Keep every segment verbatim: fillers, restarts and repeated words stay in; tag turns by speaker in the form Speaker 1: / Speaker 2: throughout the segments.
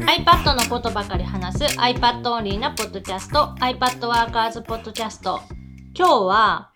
Speaker 1: iPad のことばかり話す iPad オンリーなポッドキャスト iPad ワーカーズポッドキャスト。今日は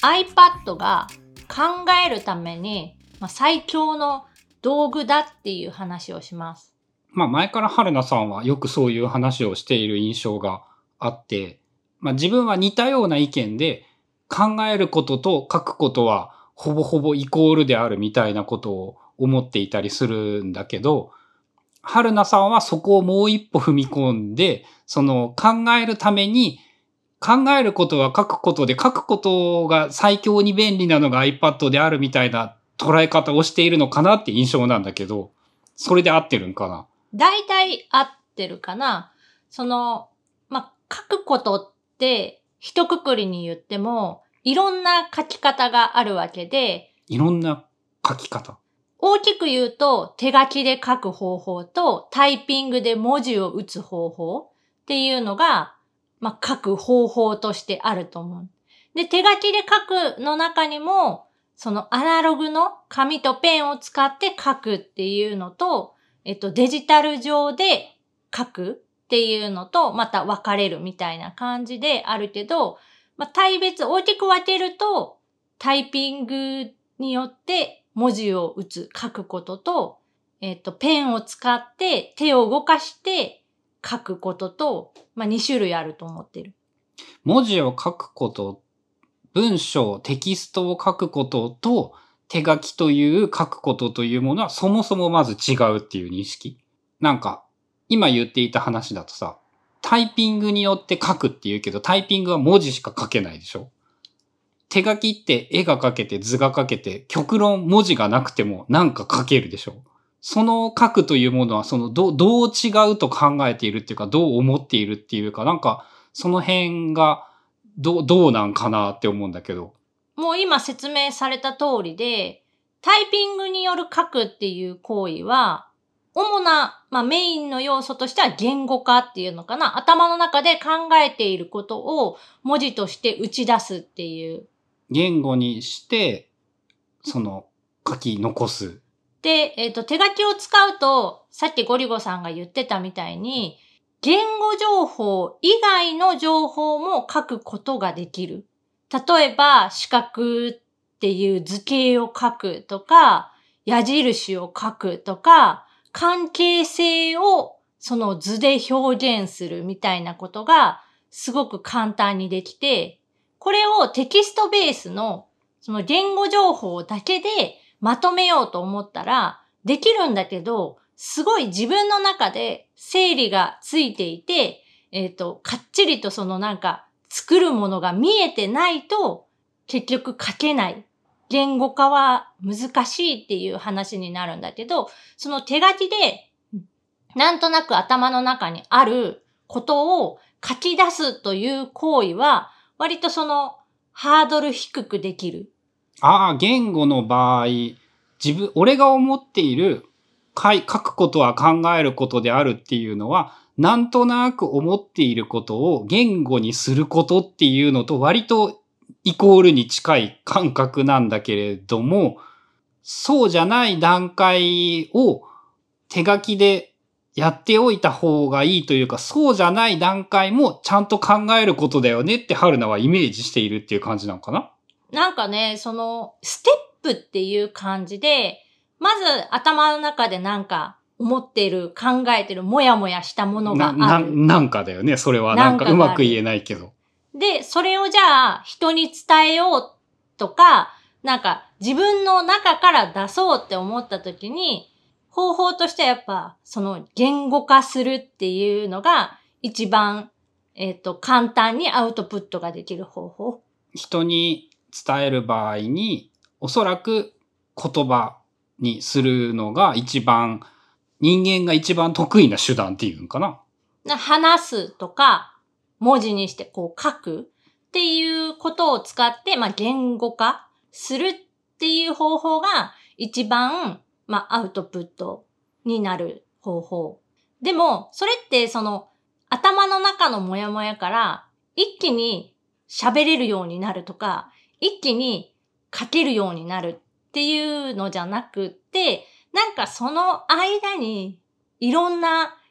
Speaker 1: iPad が考えるために、まあ、最強の道具だっていう話をします。
Speaker 2: まあ前から春菜さんはよくそういう話をしている印象があって、まあ自分は似たような意見で考えることと書くことはほぼほぼイコールであるみたいなことを思っていたりするんだけど、春菜さんはそこをもう一歩踏み込んで、その考えるために考えることは書くことで書くことが最強に便利なのが iPad であるみたいな捉え方をしているのかなって印象なんだけど、それで合ってるんかな？
Speaker 1: 大体合ってるかな。その、まあ、書くことって一括りに言ってもいろんな書き方があるわけで、
Speaker 2: いろんな書き方。
Speaker 1: 大きく言うと手書きで書く方法とタイピングで文字を打つ方法っていうのが、まあ、書く方法としてあると思う。で、手書きで書くの中にも、そのアナログの紙とペンを使って書くっていうのと、えっと、デジタル上で書くっていうのと、また分かれるみたいな感じであるけど、まあ、対別、大きく分けると、タイピングによって文字を打つ、書くことと、えっと、ペンを使って手を動かして書くことと、まあ、に種類あると思ってる。
Speaker 2: 文字を書くこと、文章、テキストを書くことと、手書きという書くことというものはそもそもまず違うっていう認識？なんか、今言っていた話だとさ、タイピングによって書くって言うけど、タイピングは文字しか書けないでしょ？手書きって絵が描けて図が描けて、極論文字がなくてもなんか書けるでしょ？その書くというものは、そのど、どう違うと考えているっていうか、どう思っているっていうか、なんか、その辺が、どう、どうなんかなって思うんだけど。
Speaker 1: もう今説明された通りで、タイピングによる書くっていう行為は、主な、まあ、メインの要素としては言語化っていうのかな。頭の中で考えていることを文字として打ち出すっていう。
Speaker 2: 言語にして、その、書き残す。
Speaker 1: で、えっと、手書きを使うと、さっきゴリゴさんが言ってたみたいに、言語情報以外の情報も書くことができる。例えば、四角っていう図形を書くとか、矢印を書くとか、関係性をその図で表現するみたいなことがすごく簡単にできて、これをテキストベースのその言語情報だけでまとめようと思ったらできるんだけど、すごい自分の中で整理がついていて、えっと、かっちりとそのなんか作るものが見えてないと結局書けない。言語化は難しいっていう話になるんだけど、その手書きでなんとなく頭の中にあることを書き出すという行為は割とそのハードル低くできる。
Speaker 2: ああ、言語の場合、自分、俺が思っている書い書くことは考えることであるっていうのは、なんとなく思っていることを言語にすることっていうのと割とイコールに近い感覚なんだけれども、そうじゃない段階を手書きでやっておいた方がいいというか、そうじゃない段階もちゃんと考えることだよねって春菜はイメージしているっていう感じなのかな？
Speaker 1: なんかね、そのステップっていう感じで、まず頭の中でなんか思っている、考えてる、もやもやしたものがある。
Speaker 2: な、な、なんかだよね。それはなんかうまく言えないけど。
Speaker 1: で、それをじゃあ人に伝えようとか、なんか自分の中から出そうって思った時に、方法としてはやっぱその言語化するっていうのが一番、えっと、簡単にアウトプットができる方法。
Speaker 2: 人に伝える場合に、おそらく言葉にするのが一番、人間が一番得意な手段っていうんかな。
Speaker 1: 話すとか、文字にしてこう書くっていうことを使って、まあ、言語化するっていう方法が一番、まあ、アウトプットになる方法。でも、それってその頭の中のモヤモヤから一気に喋れるようになるとか、一気に書けるようになるっていうのじゃなくって、なんかその間にいろんな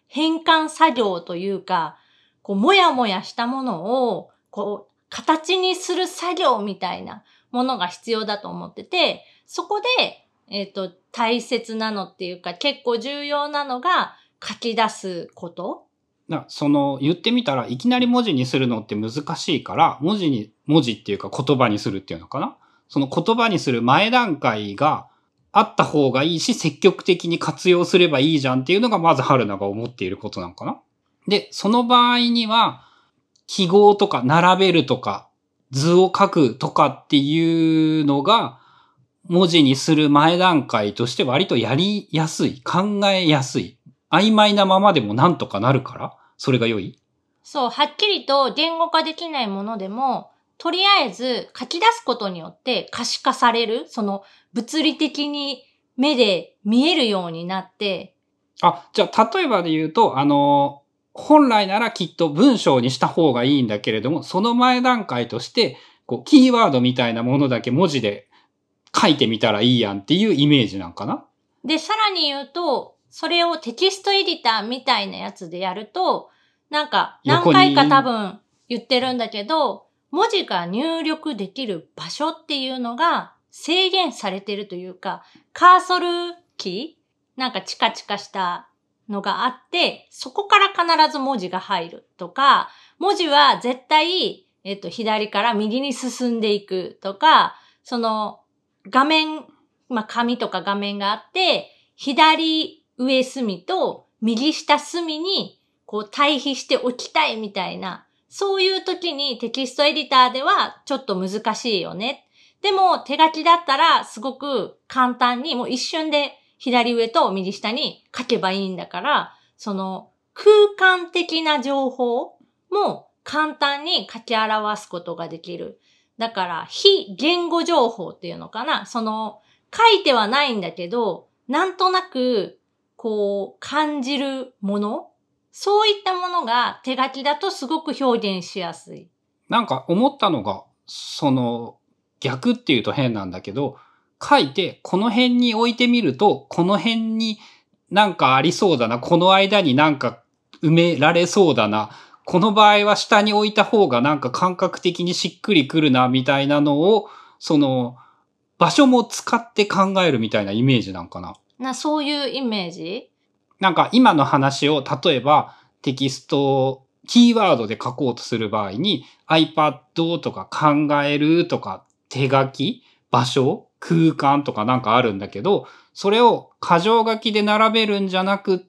Speaker 1: 変換作業というか、こう、もやもやしたものを、こう、形にする作業みたいなものが必要だと思ってて、そこで、えっと、大切なのっていうか、結構重要なのが書き出すこと。
Speaker 2: なその、言ってみたらいきなり文字にするのって難しいから、文字に、文字っていうか言葉にするっていうのかな。その言葉にする前段階があった方がいいし、積極的に活用すればいいじゃんっていうのがまず春菜が思っていることなのかな。で、その場合には、記号とか並べるとか、図を書くとかっていうのが、文字にする前段階として割とやりやすい、考えやすい。曖昧なままでもなんとかなるから、それが良い？
Speaker 1: そう、はっきりと言語化できないものでも、とりあえず書き出すことによって可視化される、その物理的に目で見えるようになって。
Speaker 2: あ、じゃあ例えばで言うと、あの、本来ならきっと文章にした方がいいんだけれども、その前段階として、こう、キーワードみたいなものだけ文字で書いてみたらいいやんっていうイメージなんかな？
Speaker 1: で、さらに言うと、それをテキストエディターみたいなやつでやると、なんか何回か多分言ってるんだけど、文字が入力できる場所っていうのが制限されてるというか、カーソルキーなんかチカチカしたのがあって、そこから必ず文字が入るとか、文字は絶対、えっと、左から右に進んでいくとか、その画面、まあ、紙とか画面があって、左上隅と右下隅にこう対比しておきたいみたいな、そういう時にテキストエディターではちょっと難しいよね。でも手書きだったらすごく簡単にもう一瞬で左上と右下に書けばいいんだから、その空間的な情報も簡単に書き表すことができる。だから非言語情報っていうのかな。その書いてはないんだけど、なんとなくこう感じるもの、そういったものが手書きだとすごく表現しやすい。
Speaker 2: なんか思ったのが、その逆っていうと変なんだけど、書いてこの辺に置いてみると、この辺になんかありそうだな、この間になんか埋められそうだな、この場合は下に置いた方がなんか感覚的にしっくりくるな、みたいなのを、その場所も使って考えるみたいなイメージなんかな。
Speaker 1: な、そういうイメージ？
Speaker 2: なんか今の話を例えばテキスト、キーワードで書こうとする場合に iPad とか考えるとか手書き、場所、空間とかなんかあるんだけど、それを箇条書きで並べるんじゃなくって、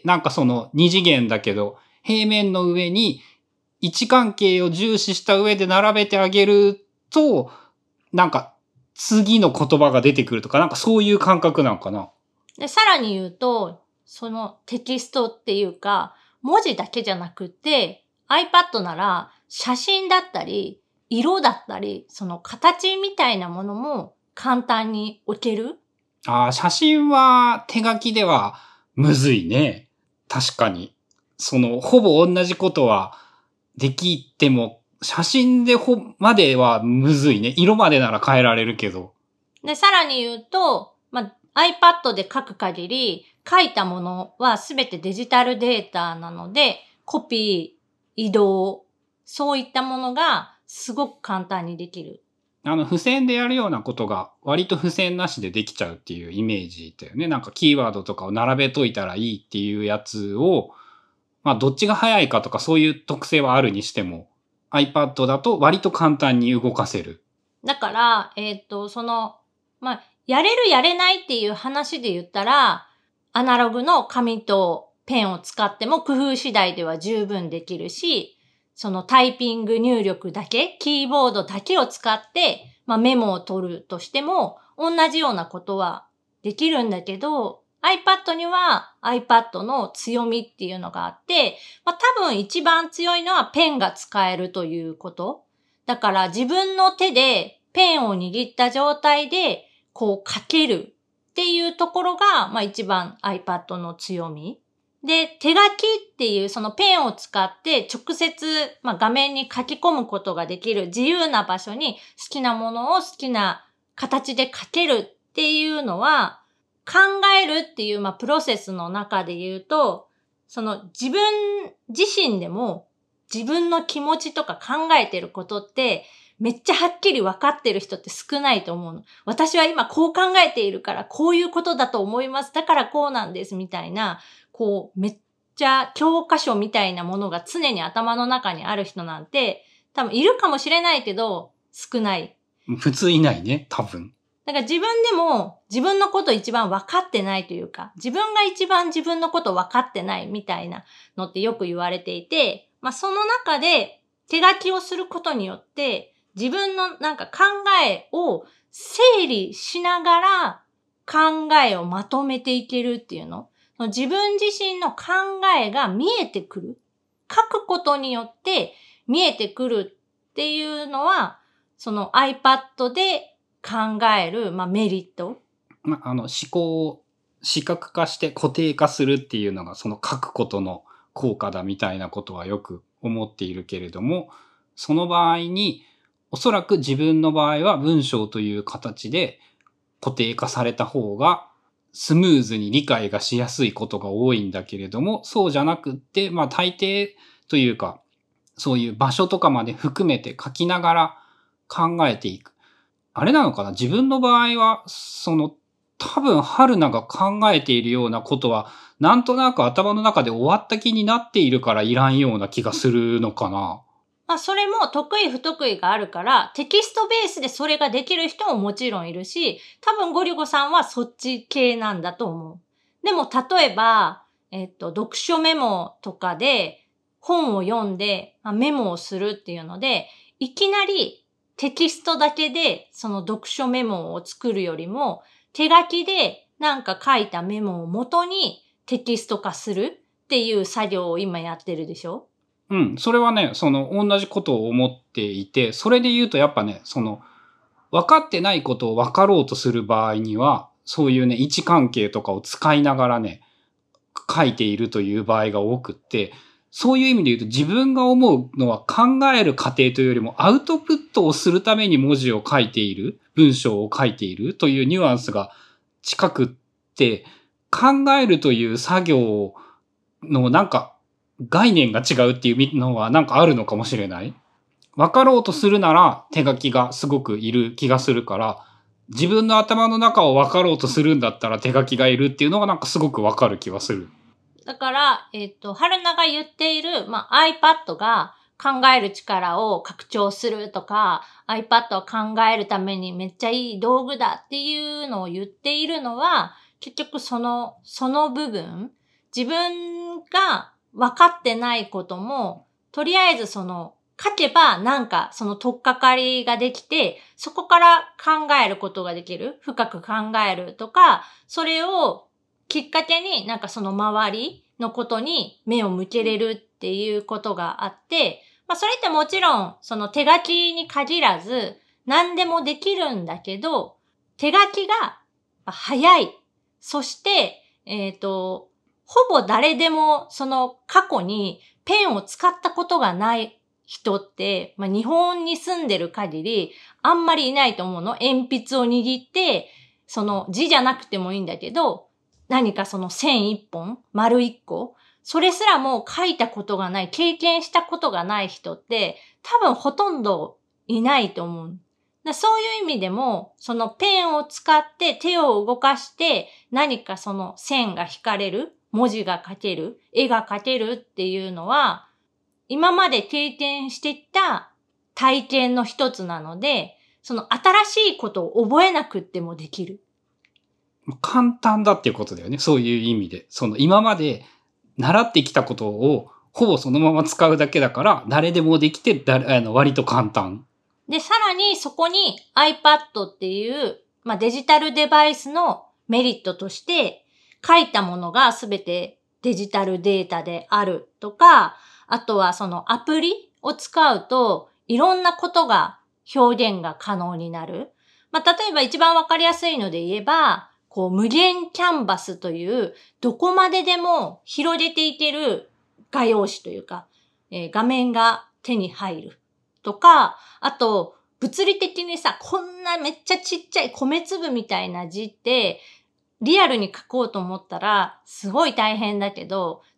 Speaker 2: なんかその二次元だけど平面の上に位置関係を重視した上で並べてあげると、なんか次の言葉が出てくるとか、なんかそういう感覚なんかな。
Speaker 1: で、さらに言うと、そのテキストっていうか、文字だけじゃなくて、iPad なら写真だったり、色だったり、その形みたいなものも簡単に置ける。
Speaker 2: ああ、写真は手書きではむずいね。確かに。その、ほぼ同じことはできても、写真でほ、まではむずいね。色までなら変えられるけど。
Speaker 1: で、さらに言うと、まあ、iPad で書く限り、書いたものはすべてデジタルデータなので、コピー、移動、そういったものがすごく簡単にできる。
Speaker 2: あの、付箋でやるようなことが割と付箋なしでできちゃうっていうイメージだよね。なんかキーワードとかを並べといたらいいっていうやつを、まあどっちが早いかとかそういう特性はあるにしても、iPad だと割と簡単に動かせる。
Speaker 1: だから、えっと、その、まあ、やれるやれないっていう話で言ったら、アナログの紙とペンを使っても工夫次第では十分できるし、そのタイピング入力だけ、キーボードだけを使って、まあ、メモを取るとしても、同じようなことはできるんだけど、iPad には iPad の強みっていうのがあって、まあ、多分一番強いのはペンが使えるということ。だから自分の手でペンを握った状態でこう書けるっていうところが、まあ一番 iPad の強み。で、手書きっていうそのペンを使って直接、まあ、画面に書き込むことができる自由な場所に好きなものを好きな形で書けるっていうのは、考えるっていう、まあ、プロセスの中で言うと、 その自分自身でも自分の気持ちとか考えてることってめっちゃはっきり分かってる人って少ないと思うの。私は今こう考えているからこういうことだと思います。だからこうなんですみたいな、こうめっちゃ教科書みたいなものが常に頭の中にある人なんて多分いるかもしれないけど少ない。
Speaker 2: 普通いないね、多分。
Speaker 1: だから自分でも自分のこと一番分かってないというか、自分が一番自分のこと分かってないみたいなのってよく言われていて、まあその中で手書きをすることによって自分のなんか考えを整理しながら考えをまとめていけるっていうの。自分自身の考えが見えてくる。書くことによって見えてくるっていうのは、その iPad で考える、まあ、メリット。
Speaker 2: まあ、あの思考を視覚化して固定化するっていうのがその書くことの効果だみたいなことはよく思っているけれども、その場合におそらく自分の場合は文章という形で固定化された方がスムーズに理解がしやすいことが多いんだけれども、そうじゃなくって、まあ大抵というか、そういう場所とかまで含めて書きながら考えていく。あれなのかな、自分の場合は、その、多分、春菜が考えているようなことは、なんとなく頭の中で終わった気になっているからいらんような気がするのかな。
Speaker 1: まあ、それも得意不得意があるから、テキストベースでそれができる人ももちろんいるし、多分ゴリゴさんはそっち系なんだと思う。でも、例えば、えっと、読書メモとかで本を読んで、まあ、メモをするっていうので、いきなりテキストだけでその読書メモを作るよりも、手書きでなんか書いたメモを元にテキスト化するっていう作業を今やってるでしょ？
Speaker 2: うん。それはね、その同じことを思っていて、それで言うとやっぱね、その分かってないことを分かろうとする場合には、そういうね、位置関係とかを使いながらね、書いているという場合が多くって、そういう意味で言うと自分が思うのは考える過程というよりもアウトプットをするために文字を書いている、文章を書いているというニュアンスが近くって、考えるという作業のなんか概念が違うっていうのはなんかあるのかもしれない。分かろうとするなら手書きがすごくいる気がするから、自分の頭の中を分かろうとするんだったら手書きがいるっていうのがなんかすごく分かる気がする。
Speaker 1: だから、えっと、春菜が言っている、まあ、iPad が考える力を拡張するとか、iPad を考えるためにめっちゃいい道具だっていうのを言っているのは、結局その、その部分、自分が分かってないことも、とりあえずその、書けばなんかその取っかかりができて、そこから考えることができる。深く考えるとか、それをきっかけになんかその周りのことに目を向けれるっていうことがあって、まあそれってもちろんその手書きに限らず何でもできるんだけど、手書きが早い。そして、えっと、ほぼ誰でもその過去にペンを使ったことがない人って、まあ日本に住んでる限りあんまりいないと思うの。鉛筆を握って、その字じゃなくてもいいんだけど、何かその線一本、丸一個、それすらも書いたことがない、経験したことがない人って多分ほとんどいないと思う。だそういう意味でも、そのペンを使って手を動かして何かその線が引かれる、文字が書ける、絵が描けるっていうのは、今まで経験してきた体験の一つなので、その新しいことを覚えなくってもできる。
Speaker 2: 簡単だっていうことだよね。そういう意味で。その今まで習ってきたことをほぼそのまま使うだけだから、誰でもできてだあの割と簡単。
Speaker 1: で、さらにそこに iPad っていう、まあ、デジタルデバイスのメリットとして、書いたものがすべてデジタルデータであるとか、あとはそのアプリを使うといろんなことが表現が可能になる。まあ、例えば一番わかりやすいので言えば、こう無限キャンバスというどこまででも広げていける画用紙というか、えー、画面が手に入るとか、あと物理的にさ、こんなめっちゃちっちゃい米粒みたいな字ってリアルに書こうと思ったらすごい大変だけど、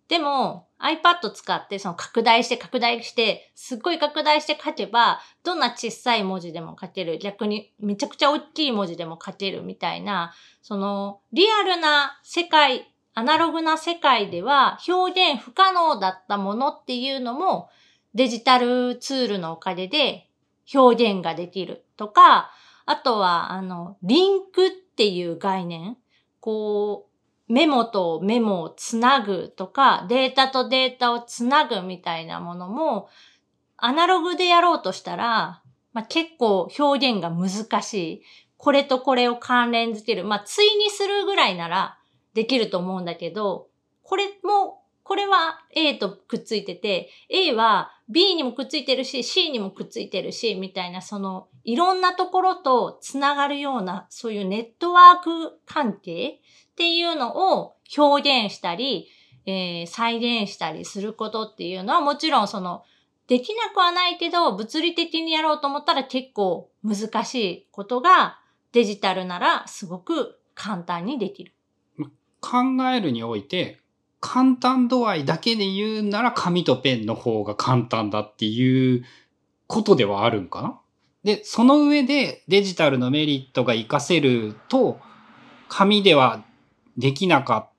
Speaker 1: でも iPad 使ってその拡大して拡大して、すっごい拡大して書けば、どんな小さい文字でも書ける。逆にめちゃくちゃ大きい文字でも書けるみたいな、そのリアルな世界、アナログな世界では表現不可能だったものっていうのもデジタルツールのおかげで表現ができるとか、あとはあのリンクっていう概念、こうメモとメモをつなぐとか、データとデータをつなぐみたいなものもアナログでやろうとしたら、まあ、結構表現が難しい。これとこれを関連づける。まあ、対にするぐらいならできると思うんだけど、これも、これは A とくっついてて、A は B にもくっついてるし、C にもくっついてるし、みたいな、その、いろんなところとつながるような、そういうネットワーク関係っていうのを表現したり、えー、再現したりすることっていうのはもちろんその、できなくはないけど、物理的にやろうと思ったら結構難しいことがデジタルならすごく簡単にできる。
Speaker 2: 考えるにおいて、簡単度合いだけで言うなら紙とペンの方が簡単だっていうことではあるんかな？で、その上でデジタルのメリットが活かせると、紙ではできなかった、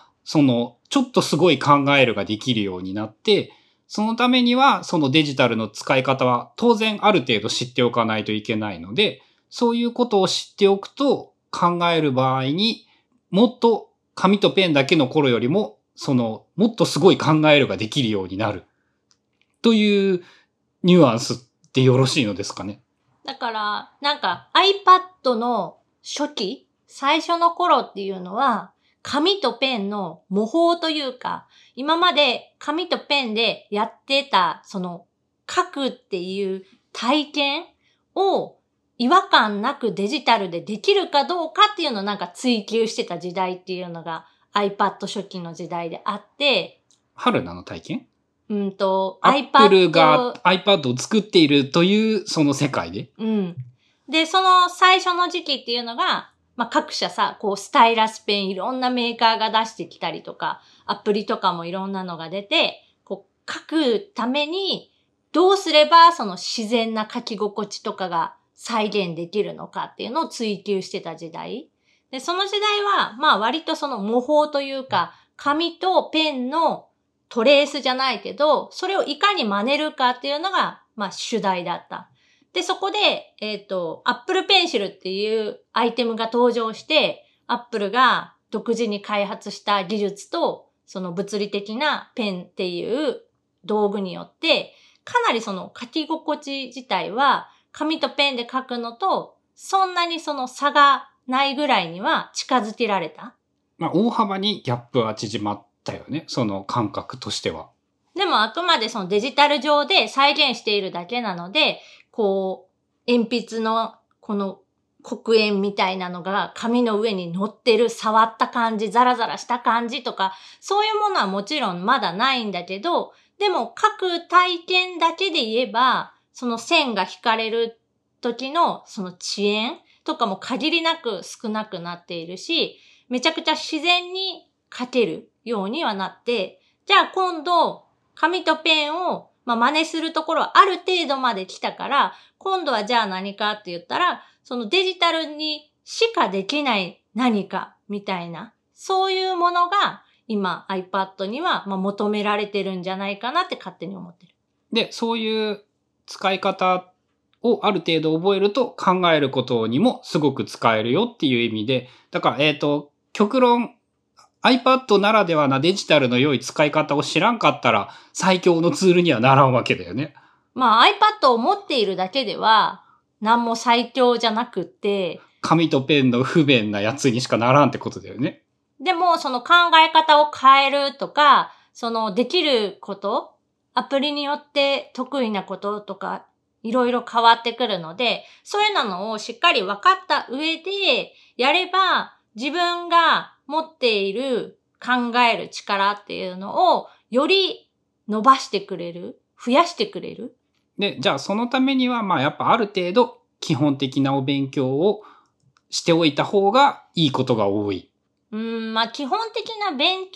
Speaker 2: その、ちょっとすごい考えるができるようになって、そのためには、そのデジタルの使い方は当然ある程度知っておかないといけないので、そういうことを知っておくと考える場合にもっと紙とペンだけの頃よりも、その、もっとすごい考えるができるようになる。というニュアンスでよろしいのですかね。
Speaker 1: だから、なんか iPad の初期、最初の頃っていうのは、紙とペンの模倣というか、今まで紙とペンでやってた、その、書くっていう体験を違和感なくデジタルでできるかどうかっていうのをなんか追求してた時代っていうのが iPad 初期の時代であって、
Speaker 2: 春菜の体験？
Speaker 1: うんと、
Speaker 2: Apple が iPad を作っているというその世界で。
Speaker 1: うん。で、その最初の時期っていうのが、まあ、各社さ、こう、スタイラスペンいろんなメーカーが出してきたりとか、アプリとかもいろんなのが出て、こう、書くために、どうすればその自然な書き心地とかが再現できるのかっていうのを追求してた時代。で、その時代は、まあ割とその模倣というか、紙とペンのトレースじゃないけど、それをいかに真似るかっていうのが、まあ主題だった。で、そこで、えっと、Apple Pencil っていうアイテムが登場して、Apple が独自に開発した技術と、その物理的なペンっていう道具によって、かなりその書き心地自体は、紙とペンで書くのと、そんなにその差がないぐらいには近づけられた。
Speaker 2: まあ、大幅にギャップは縮まったよね。その感覚としては。
Speaker 1: でもあくまでそのデジタル上で再現しているだけなので、こう、鉛筆のこの黒鉛みたいなのが紙の上に乗ってる触った感じ、ザラザラした感じとか、そういうものはもちろんまだないんだけど、でも書く体験だけで言えば、その線が引かれる時のその遅延とかも限りなく少なくなっているし、めちゃくちゃ自然に書けるようにはなって、じゃあ今度、紙とペンを、まあ、真似するところはある程度まで来たから、今度はじゃあ何かって言ったら、そのデジタルにしかできない何かみたいな、そういうものが今 iPad にはまあ求められてるんじゃないかなって勝手に思ってる。
Speaker 2: で、そういう使い方をある程度覚えると考えることにもすごく使えるよっていう意味で、だから、えっと、極論、iPad ならではなデジタルの良い使い方を知らんかったら最強のツールにはならんわけだよね。
Speaker 1: まあ iPad を持っているだけでは何も最強じゃなくって、
Speaker 2: 紙とペンの不便なやつにしかならんってことだよね。
Speaker 1: でもその考え方を変えるとか、そのできること、アプリによって得意なこととかいろいろ変わってくるので、そういうのをしっかり分かった上でやれば自分が持っている考える力っていうのをより伸ばしてくれる、増やしてくれる。
Speaker 2: で、じゃあそのためにはまあやっぱある程度基本的なお勉強をしておいた方がいいことが多い。
Speaker 1: うーん、まあ基本的な勉強っ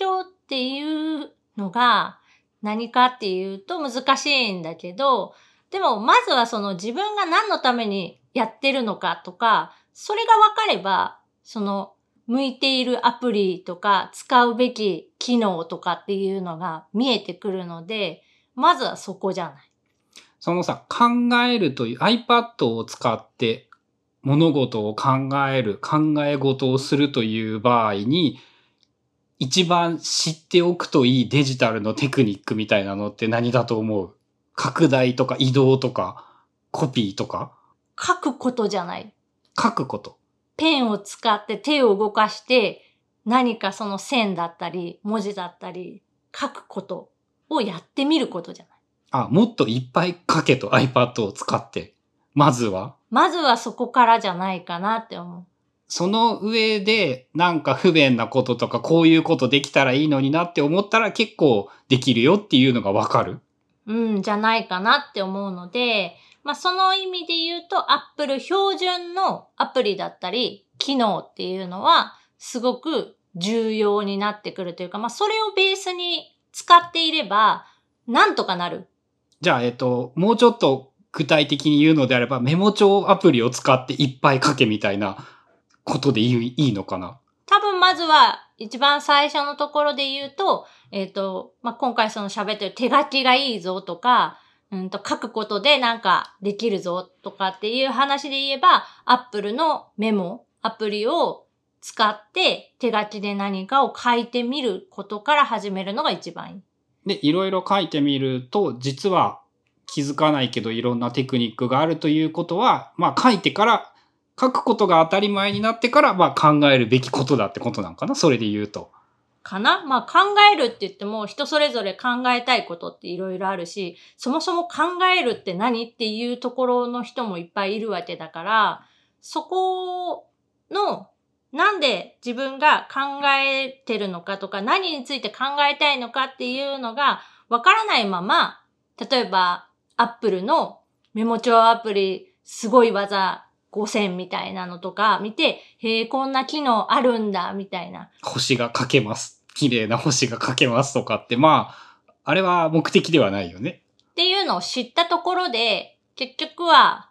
Speaker 1: っていうのが何かっていうと難しいんだけど、でもまずはその自分が何のためにやってるのかとか、それが分かれば、その向いているアプリとか使うべき機能とかっていうのが見えてくるので、まずはそこじゃない。
Speaker 2: そのさ、考えるという iPad を使って物事を考える、考え事をするという場合に、一番知っておくといいデジタルのテクニックみたいなのって何だと思う？拡大とか移動とかコピーとか？
Speaker 1: 書くことじゃない。
Speaker 2: 書くこと。
Speaker 1: ペンを使って手を動かして何かその線だったり文字だったり書くことをやってみることじゃない。
Speaker 2: あ、もっといっぱい書けと iPad を使って。まずは
Speaker 1: まずはそこからじゃないかなって思う。
Speaker 2: その上でなんか不便なこととかこういうことできたらいいのになって思ったら結構できるよっていうのがわかる。
Speaker 1: うん、じゃないかなって思うので、まあその意味で言うと Apple 標準のアプリだったり機能っていうのはすごく重要になってくるというか、まあそれをベースに使っていればなんとかなる。
Speaker 2: じゃあ、えっと、もうちょっと具体的に言うのであればメモ帳アプリを使っていっぱい書けみたいなことでいい、いいのかな？
Speaker 1: 多分まずは一番最初のところで言うと、えっと、まあ、今回その喋ってる手書きがいいぞとか、うんと書くことでなんかできるぞとかっていう話で言えば、Apple のメモアプリを使って手書きで何かを書いてみることから始めるのが一番いい。
Speaker 2: で、いろいろ書いてみると、実は気づかないけどいろんなテクニックがあるということは、まあ書いてから、書くことが当たり前になってから、まあ考えるべきことだってことなんかな？それで言うと。
Speaker 1: かな？まあ考えるって言っても人それぞれ考えたいことっていろいろあるし、そもそも考えるって何っていうところの人もいっぱいいるわけだから、そこのなんで自分が考えてるのかとか何について考えたいのかっていうのがわからないまま、例えば Apple のメモ帳アプリすごい技ごせんみたいなのとか見て、へえ、こんな機能あるんだみたいな。
Speaker 2: 星が書けます。綺麗な星が書けますとかって、まあ、あれは目的ではないよね。
Speaker 1: っていうのを知ったところで、結局は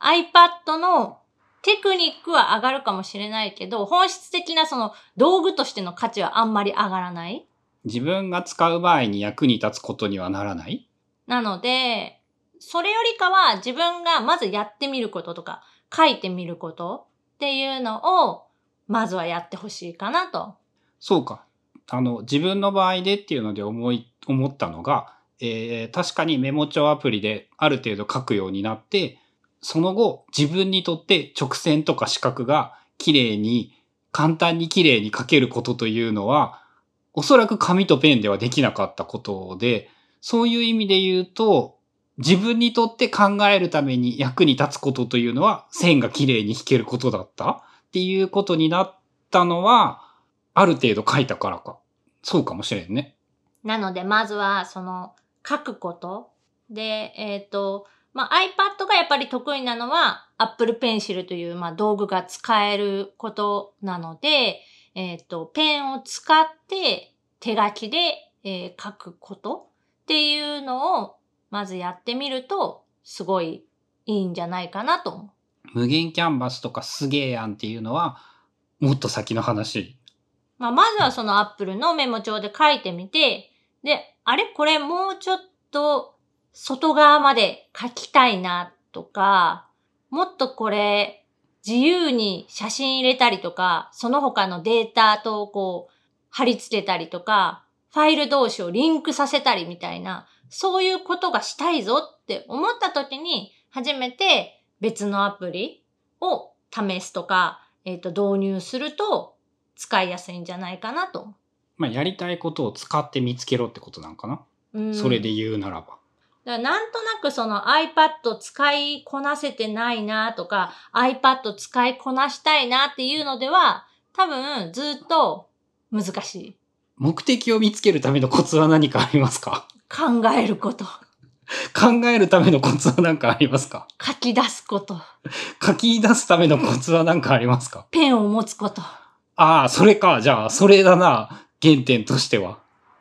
Speaker 1: iPad のテクニックは上がるかもしれないけど、本質的なその道具としての価値はあんまり上がらない。
Speaker 2: 自分が使う場合に役に立つことにはならない。
Speaker 1: なので、それよりかは自分がまずやってみることとか、書いてみることっていうのを、まずはやってほしいかなと。
Speaker 2: そうか。あの、自分の場合でっていうので思い、思ったのが、えー、確かにメモ帳アプリである程度書くようになって、その後自分にとって直線とか四角が綺麗に、簡単に綺麗に書けることというのは、おそらく紙とペンではできなかったことで、そういう意味で言うと、自分にとって考えるために役に立つことというのは線が綺麗に引けることだったっていうことになったのはある程度書いたからか。そうかもしれんね。
Speaker 1: なのでまずはその書くことで、えっと、まあ、iPad がやっぱり得意なのは Apple Pencil というまあ道具が使えることなので、えっと、ペンを使って手書きで、えー書くことっていうのをまずやってみると、すごいいいんじゃないかなと思う。
Speaker 2: 無限キャンバスとかすげえやんっていうのは、もっと先の話。
Speaker 1: まあ、まずはその Apple のメモ帳で書いてみて、で、あれこれもうちょっと外側まで書きたいなとか、もっとこれ自由に写真入れたりとか、その他のデータとこう貼り付けたりとか、ファイル同士をリンクさせたりみたいな、そういうことがしたいぞって思った時に、初めて別のアプリを試すとか、えっと、導入すると使いやすいんじゃないかなと。
Speaker 2: まあ、やりたいことを使って見つけろってことなんかな。
Speaker 1: うん、
Speaker 2: それで言うならば。
Speaker 1: だからなんとなくその iPad 使いこなせてないなとか、iPad 使いこなしたいなっていうのでは、多分ずっと難しい。
Speaker 2: 目的を見つけるためのコツは何かありますか？
Speaker 1: 考えること。
Speaker 2: 考えるためのコツは何かありますか？
Speaker 1: 書き出すこと。
Speaker 2: 書き出すためのコツは何かありますか？
Speaker 1: ペンを持つこと。
Speaker 2: ああ、それか。じゃあ、それだな。原点としては。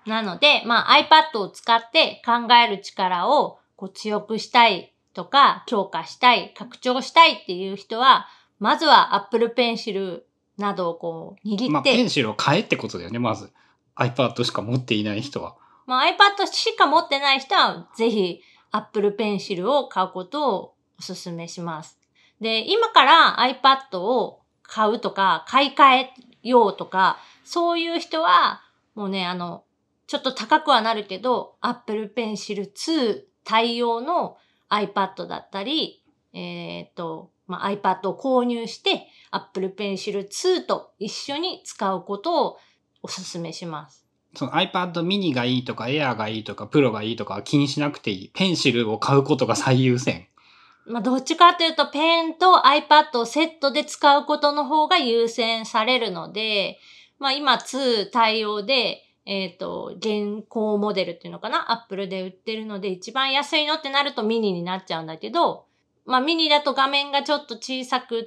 Speaker 1: なので、まあ iPad を使って考える力をこう強くしたいとか、強化したい、拡張したいっていう人は、まずは Apple Pencil などをこう握って。
Speaker 2: まあペンシルを買えってことだよね、まず。iPad しか持っていない人は。
Speaker 1: まあ iPad しか持ってない人は、ぜひ Apple Pencil を買うことをお勧めします。で、今から iPad を買うとか、買い替えようとか、そういう人は、もうね、あの、ちょっと高くはなるけど、Apple Pencil ツー対応の iPad だったり、えっと、まあ、iPad を購入して、Apple Pencil ツーと一緒に使うことをお勧めします。
Speaker 2: その iPad mini がいいとか Air がいいとか Pro がいいとか気にしなくていい。ペンシルを買うことが最優先。
Speaker 1: まあ、どっちかというと、ペンと iPad をセットで使うことの方が優先されるので、まあ、今ツー対応で、えっと、現行モデルっていうのかな Apple で売ってるので、一番安いのってなるとミニになっちゃうんだけど、まあ、ミニだと画面がちょっと小さくって、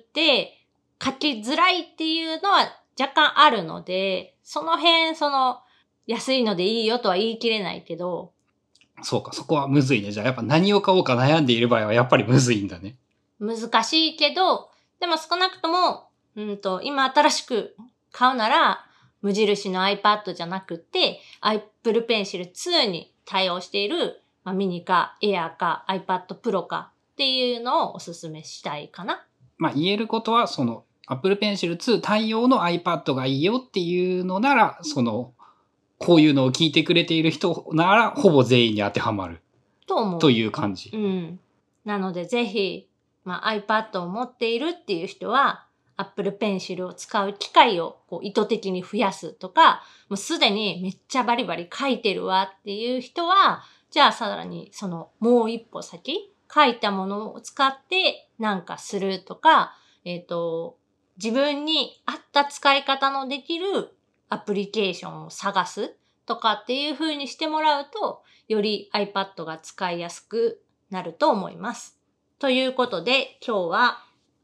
Speaker 1: 書きづらいっていうのは若干あるので、その辺、その、安いのでいいよとは言い切れないけど。
Speaker 2: そうか、そこはむずいね。じゃあやっぱ何を買おうか悩んでいる場合はやっぱりむずいんだね。
Speaker 1: 難しいけど、でも少なくとも、うんと、今新しく買うなら、無印の iPad じゃなくて、Apple Pencil ツーに対応している、まあ、ミニか Air か iPad Pro かっていうのをお勧めしたいかな。
Speaker 2: まあ言えることは、その Apple Pencil ツー対応の iPad がいいよっていうのなら、その、こういうのを聞いてくれている人なら、ほぼ全員に当てはまる。
Speaker 1: と思う。
Speaker 2: という感じ。
Speaker 1: うん。なのでぜひ、まあ、iPad を持っているっていう人は、Apple Pencil を使う機会をこう意図的に増やすとか、もうすでにめっちゃバリバリ書いてるわっていう人は、じゃあさらにそのもう一歩先、書いたものを使ってなんかするとか、えっと、自分に合った使い方のできるアプリケーションを探すとかっていう風にしてもらうと、より iPad が使いやすくなると思います。ということで、今日は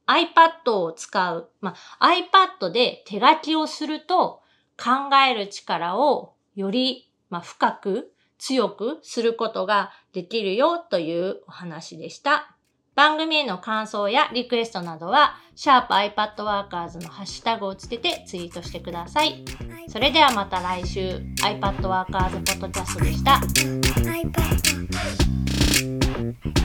Speaker 1: iPad を使う、まあ、iPad で手書きをすると考える力をより、まあ、深く強くすることができるよというお話でした。番組への感想やリクエストなどは、シャープ iPadWorkers のハッシュタグをつけてツイートしてください。それではまた来週、iPadWorkers ポッドキャストでした。